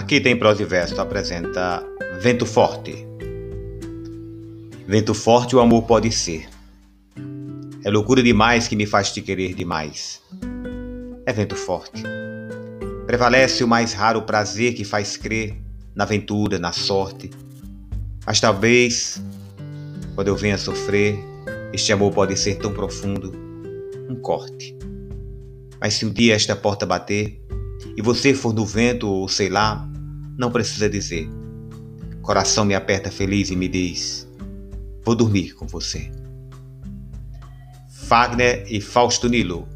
Aqui tem prosa e verso, apresenta Vento Forte. Vento forte o amor pode ser. É loucura demais que me faz te querer demais. É vento forte. Prevalece o mais raro prazer que faz crer na aventura, na sorte. Mas talvez, quando eu venha sofrer, este amor pode ser tão profundo, um corte. Mas se um dia esta porta bater, e você for no vento ou sei lá, não precisa dizer. Coração me aperta feliz e me diz: vou dormir com você. Fagner e Fausto Nilo.